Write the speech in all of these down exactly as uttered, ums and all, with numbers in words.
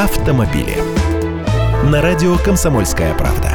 автомобили. На радио «Комсомольская правда».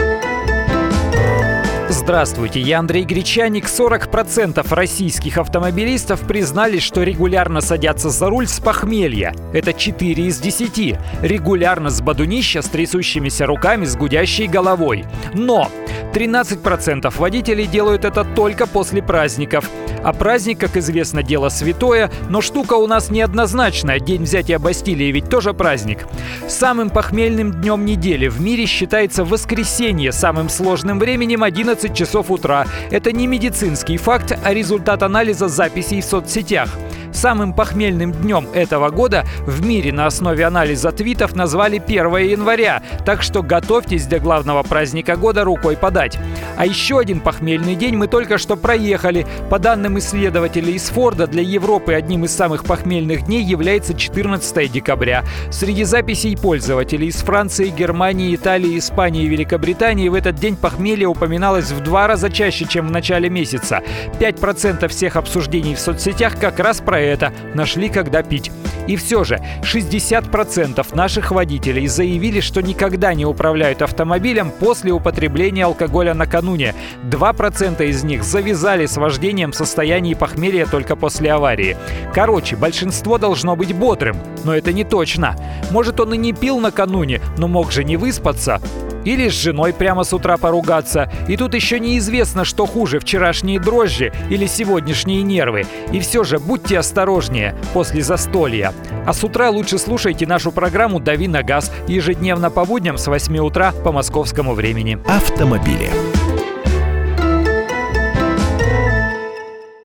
Здравствуйте, я Андрей Гречаник. сорок процентов российских автомобилистов признались, что регулярно садятся за руль с похмелья. Это четыре из десяти. Регулярно с бодунища, с трясущимися руками, с гудящей головой. Но тринадцать процентов водителей делают это только после праздников. А праздник, как известно, дело святое, но штука у нас неоднозначная. День взятия Бастилии ведь тоже праздник. Самым похмельным днем недели в мире считается воскресенье, самым сложным временем одиннадцать часов утра. Это не медицинский факт, а результат анализа записей в соцсетях. Самым похмельным днем этого года в мире на основе анализа твитов назвали первое января, так что готовьтесь до главного праздника года рукой подать. А еще один похмельный день мы только что проехали. По данным исследователей из Форда, для Европы одним из самых похмельных дней является четырнадцатое декабря. Среди записей пользователей из Франции, Германии, Италии, Испании и Великобритании в этот день похмелье упоминалось в два раза чаще, чем в начале месяца. пять процентов всех обсуждений в соцсетях как раз про это. Нашли, когда пить. И все же шестьдесят процентов наших водителей заявили, что никогда не управляют автомобилем после употребления алкоголя накануне. два процента из них завязали с вождением в состоянии похмелья только после аварии. Короче, большинство должно быть бодрым. Но это не точно. Может, он и не пил накануне, но мог же не выспаться. Или с женой прямо с утра поругаться. И тут еще неизвестно, что хуже, вчерашние дрожжи или сегодняшние нервы. И все же будьте осторожнее после застолья. А с утра лучше слушайте нашу программу «Дави на газ» ежедневно по будням с восьми утра по московскому времени. Автомобили.